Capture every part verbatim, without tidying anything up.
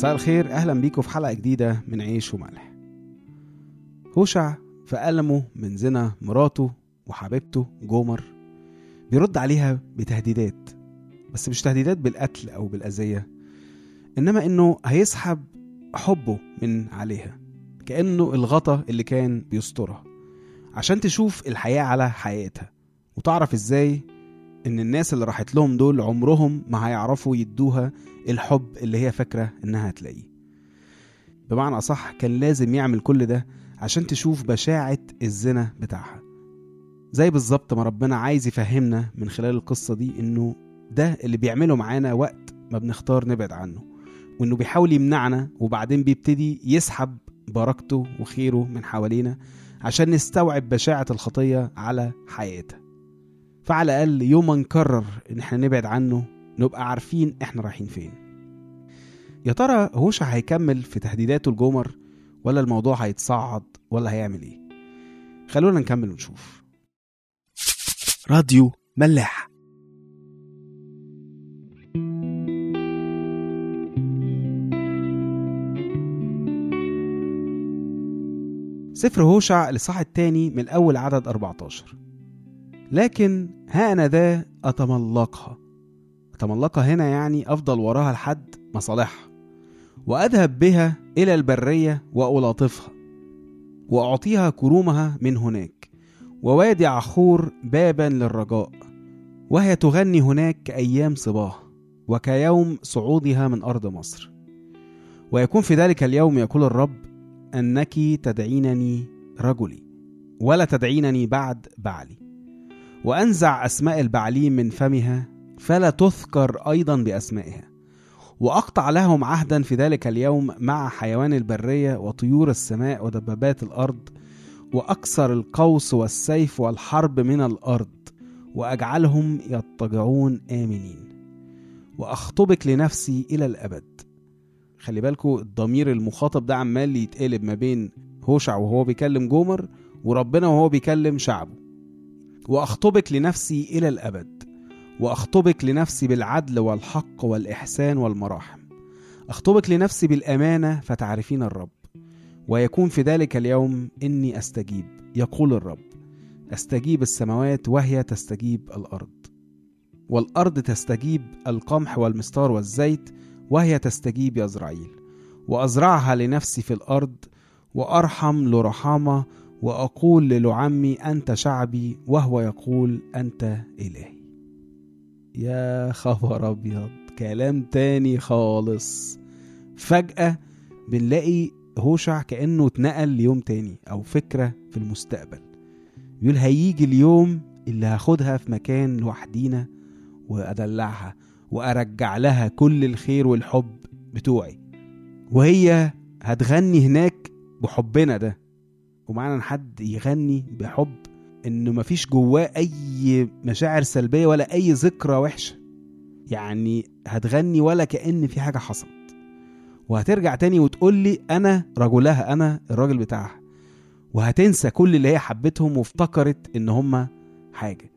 مساء الخير، أهلا بيكم في حلقة جديدة من عيش وملح. هوشع في ألمه من زنا مراته وحبيبته جومر بيرد عليها بتهديدات، بس مش تهديدات بالقتل أو بالأذية، إنما إنه هيسحب حبه من عليها كأنه الغطا اللي كان بيسترها عشان تشوف الحياة على حقيقتها وتعرف إزاي إن الناس اللي راحت لهم دول عمرهم ما هيعرفوا يدوها الحب اللي هي فاكرة إنها هتلاقيه. بمعنى أصح كان لازم يعمل كل ده عشان تشوف بشاعة الزنا بتاعها، زي بالظبط ما ربنا عايز يفهمنا من خلال القصة دي إنه ده اللي بيعمله معانا وقت ما بنختار نبعد عنه، وإنه بيحاول يمنعنا وبعدين بيبتدي يسحب بركته وخيره من حوالينا عشان نستوعب بشاعة الخطية على حقيقتها. فعلى الأقل يوم ما نكرر إن احنا نبعد عنه نبقى عارفين احنا رايحين فين. يا ترى هوشع هيكمل في تهديداته الجومر ولا الموضوع هيتصعد ولا هيعمل ايه؟ خلونا نكمل ونشوف. راديو ملاح. سفر هوشع الإصحاح الثاني من أول عدد أربعة عشر. لكن ها أنا ذا أتملقها. أتملقها هنا يعني أفضل وراها لحد مصالحها، وأذهب بها إلى البرية وألاطفها وأعطيها كرومها من هناك، ووادي عخور بابا للرجاء، وهي تغني هناك كأيام صباها وكيوم صعودها من أرض مصر. ويكون في ذلك اليوم يقول الرب أنك تدعينني رجلي ولا تدعينني بعد بعلي، وأنزع أسماء البعليم من فمها فلا تذكر أيضا بأسمائها، وأقطع لهم عهدا في ذلك اليوم مع حيوان البرية وطيور السماء ودبابات الأرض، وأكسر القوس والسيف والحرب من الأرض، وأجعلهم يضطجعون آمنين، وأخطبك لنفسي إلى الأبد. خلي بالكو الضمير المخاطب ده عمال يتقلب ما بين هوشع وهو بيكلم جومر وربنا وهو بيكلم شعبه. وأخطبك لنفسي إلى الأبد، وأخطبك لنفسي بالعدل والحق والإحسان والمراحم، أخطبك لنفسي بالأمانة فتعرفين الرب. ويكون في ذلك اليوم إني أستجيب يقول الرب، أستجيب السماوات وهي تستجيب الأرض، والأرض تستجيب القمح والمستار والزيت وهي تستجيب يزرعيل، وأزرعها لنفسي في الأرض، وأرحم لرحامة، وأقول للعمي أنت شعبي، وهو يقول أنت إلهي. يا خبر أبيض، كلام تاني خالص. فجأة بنلاقي هوشع كأنه اتنقل ليوم تاني أو فكرة في المستقبل. يقول هيجي اليوم اللي هاخدها في مكان لوحدينا وأدلعها وأرجع لها كل الخير والحب بتوعي، وهي هتغني هناك بحبنا ده. ومعنى حد يغني بحب إنه مفيش جواه أي مشاعر سلبية ولا أي ذكرى وحشة، يعني هتغني ولا كأن في حاجة حصلت، وهترجع تاني وتقول لي أنا رجلها، أنا الراجل بتاعها، وهتنسى كل اللي هي حبتهم وافتكرت إن هما حاجة.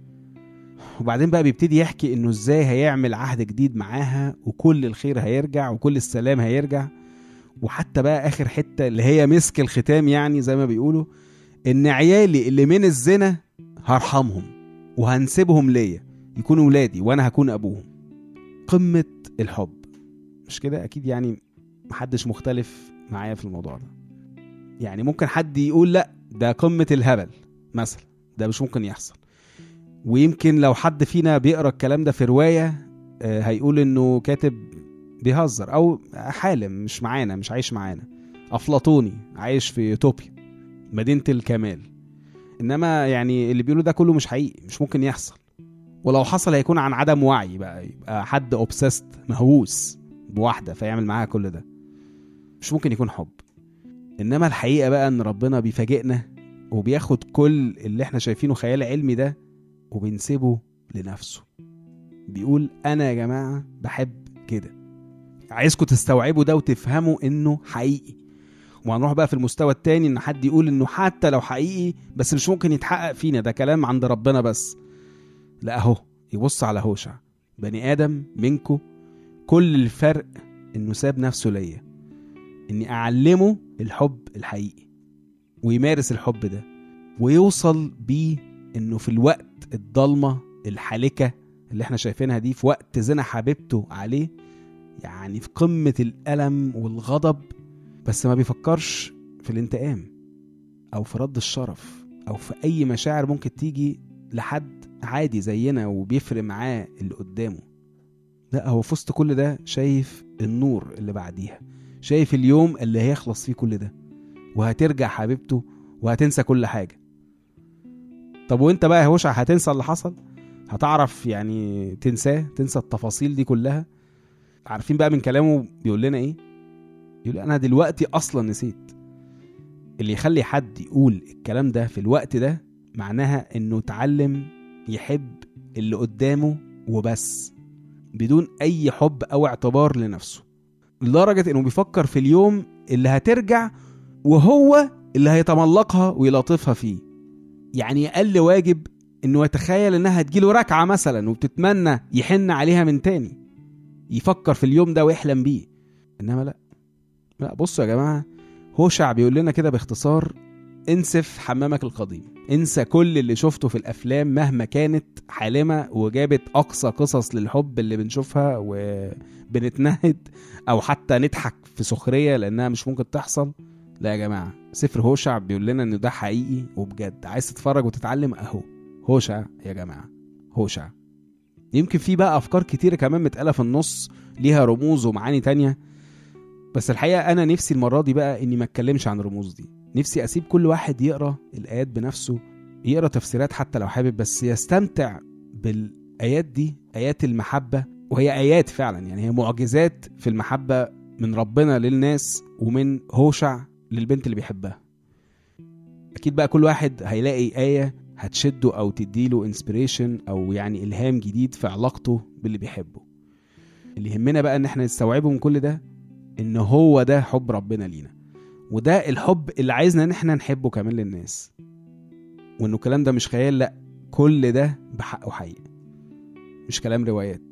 وبعدين بقى بيبتدي يحكي إنه إزاي هيعمل عهد جديد معاها وكل الخير هيرجع وكل السلام هيرجع. وحتى بقى آخر حتة اللي هي مسك الختام، يعني زي ما بيقولوا إن عيالي اللي من الزنا هرحمهم وهنسيبهم ليا يكونوا ولادي وأنا هكون أبوهم. قمة الحب، مش كده؟ أكيد يعني محدش مختلف معايا في الموضوع ده. يعني ممكن حد يقول لأ ده قمة الهبل مثلا، ده مش ممكن يحصل. ويمكن لو حد فينا بيقرأ الكلام ده في رواية هيقول إنه كاتب بيهزر أو حالم مش معانا، مش عايش معانا، أفلاطوني عايش في يوتوبيا مدينة الكمال. إنما يعني اللي بيقولوا ده كله مش حقيقي، مش ممكن يحصل. ولو حصل هيكون عن عدم وعي بقى، يبقى حد أوبسست مهووس بواحدة فيعمل معاها كل ده. مش ممكن يكون حب. إنما الحقيقة بقى إن ربنا بيفاجئنا وبياخد كل اللي احنا شايفينه خيال علمي ده وبنسيبه لنفسه. بيقول أنا يا جماعة بحب كده. عايزكم تستوعبوا ده وتفهموا إنه حقيقي. وهنروح بقى في المستوى التاني إن حد يقول إنه حتى لو حقيقي بس مش ممكن يتحقق فينا، ده كلام عند ربنا بس. لا، أهو يبص على هوشع، بني آدم منكو، كل الفرق انه ساب نفسه ليا، اني اعلمه الحب الحقيقي ويمارس الحب ده ويوصل بيه انه في الوقت الضلمة الحالكة اللي احنا شايفينها دي، في وقت زنا حبيبته عليه، يعني في قمة الألم والغضب، بس ما بيفكرش في الانتقام او في رد الشرف او في اي مشاعر ممكن تيجي لحد عادي زينا وبيفرق معاه اللي قدامه. لا، هو في وسط كل ده شايف النور اللي بعديها، شايف اليوم اللي هيخلص فيه كل ده وهترجع حبيبته وهتنسى كل حاجة. طب وانت بقى يا هوشع هتنسى اللي حصل؟ هتعرف يعني تنساه، تنسى التفاصيل دي كلها؟ عارفين بقى من كلامه بيقول لنا ايه؟ يقول انا دلوقتي اصلا نسيت. اللي يخلي حد يقول الكلام ده في الوقت ده معناها انه اتعلم يحب اللي قدامه وبس، بدون اي حب او اعتبار لنفسه، لدرجة انه بيفكر في اليوم اللي هترجع وهو اللي هيتملقها ويلاطفها فيه. يعني اقل واجب انه يتخيل انها تجيله ركعة مثلا وبتتمنى يحن عليها من تاني، يفكر في اليوم ده ويحلم بيه. انما لا لا بصوا يا جماعة، هوشع بيقول لنا كده باختصار: انسف حمامك القديم، انسى كل اللي شفته في الافلام مهما كانت حالمة وجابت اقصى قصص للحب اللي بنشوفها وبنتنهد او حتى نضحك في سخرية لانها مش ممكن تحصل. لا يا جماعة، سفر هوشع بيقول لنا ان ده حقيقي وبجد. عايز تتفرج وتتعلم؟ اهو هوشع يا جماعة، هوشع. يمكن في بقى افكار كتيرة كمان متقالة في النص ليها رموز ومعاني تانية، بس الحقيقة انا نفسي المرة دي بقى اني ما اتكلمش عن الرموز دي. نفسي اسيب كل واحد يقرأ الايات بنفسه، يقرأ تفسيرات حتى لو حابب، بس يستمتع بالايات دي، ايات المحبة. وهي ايات فعلا، يعني هي معجزات في المحبة من ربنا للناس ومن هوشع للبنت اللي بيحبها. اكيد بقى كل واحد هيلاقي آية هتشده او تديله انسبيريشن او يعني الهام جديد في علاقته باللي بيحبه. اللي يهمنا بقى ان احنا نستوعبه من كل ده ان هو ده حب ربنا لينا، وده الحب اللي عايزنا ان احنا نحبه كمان للناس، وانه الكلام ده مش خيال، لا كل ده بحقه حقيقي، مش كلام روايات.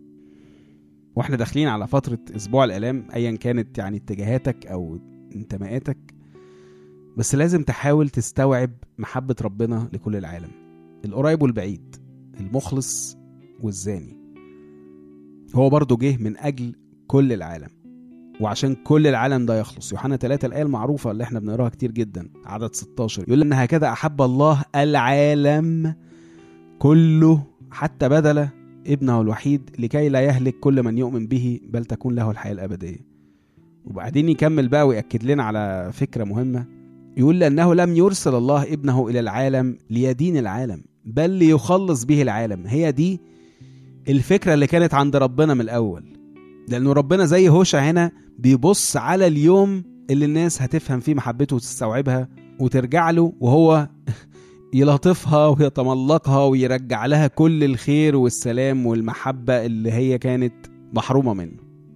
واحنا داخلين على فترة اسبوع الالام ايا كانت يعني اتجاهاتك او انتماءاتك، بس لازم تحاول تستوعب محبة ربنا لكل العالم، القريب والبعيد، المخلص والزاني. هو برضو جه من اجل كل العالم وعشان كل العالم ده يخلص. يوحنا ثلاثة الآية المعروفة اللي احنا بنقراها كتير جدا، عدد ستاشر، يقول ان هكذا احب الله العالم كله حتى بذل ابنه الوحيد لكي لا يهلك كل من يؤمن به بل تكون له الحياة الأبدية. وبعدين يكمل بقى ويأكد لنا على فكرة مهمة، يقول لأنه لم يرسل الله ابنه إلى العالم ليدين العالم بل ليخلص به العالم. هي دي الفكرة اللي كانت عند ربنا من الأول، لأنه ربنا زي هوشع هنا بيبص على اليوم اللي الناس هتفهم فيه محبته وتستوعبها وترجع له، وهو يلطفها ويتملقها ويرجع لها كل الخير والسلام والمحبة اللي هي كانت محرومة منه.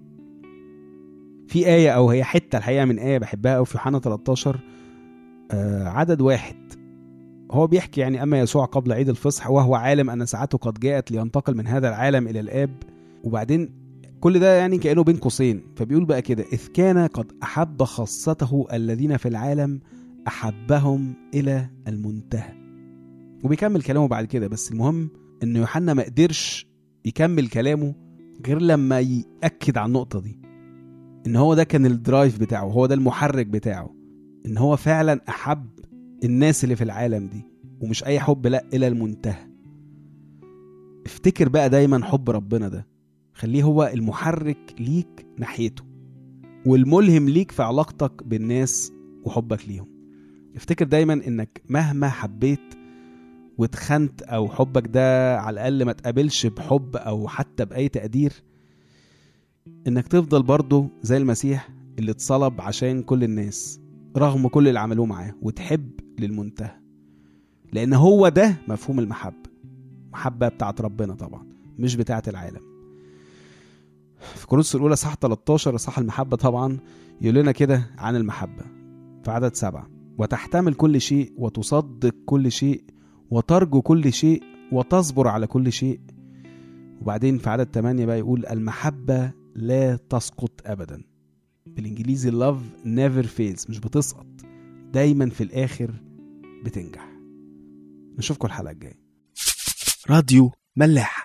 في آية أو هي حتة الحقيقة من آية بحبها أو في يوحنا تلتاشر آه عدد واحد، هو بيحكي يعني أما يسوع قبل عيد الفصح وهو عالم أن ساعته قد جاءت لينتقل من هذا العالم إلى الآب. وبعدين كل ده يعني كأنه بين قوسين، فبيقول بقى كده: إذ كان قد أحب خاصته الذين في العالم أحبهم إلى المنتهى. وبيكمل كلامه بعد كده، بس المهم إنه يوحنا ما قدرش يكمل كلامه غير لما يأكد على النقطة دي، إن هو ده كان الدرايف بتاعه، هو ده المحرك بتاعه، إن هو فعلا أحب الناس اللي في العالم دي، ومش أي حب، لأ إلى المنتهى. افتكر بقى دايما حب ربنا ده، خليه هو المحرك ليك ناحيته والملهم ليك في علاقتك بالناس وحبك ليهم. افتكر دايما إنك مهما حبيت واتخنت أو حبك ده على الأقل ما تقابلش بحب أو حتى بأي تقدير، إنك تفضل برضو زي المسيح اللي اتصلب عشان كل الناس رغم كل اللي عملوه معاه، وتحب للمنتهى، لأن هو ده مفهوم المحبة، محبة بتاعت ربنا طبعا مش بتاعت العالم. في كورنثوس الأولى صح تلتاشر صح المحبة طبعا يقول لنا كده عن المحبة في عدد سبعة: وتحتمل كل شيء وتصدق كل شيء وترجو كل شيء وتصبر على كل شيء. وبعدين في عدد ثمانية بقى يقول: المحبة لا تسقط أبدا. بالإنجليزي love never fails، مش بتسقط، دايما في الآخر بتنجح. نشوفكم الحلقة الجاية. راديو ملاح.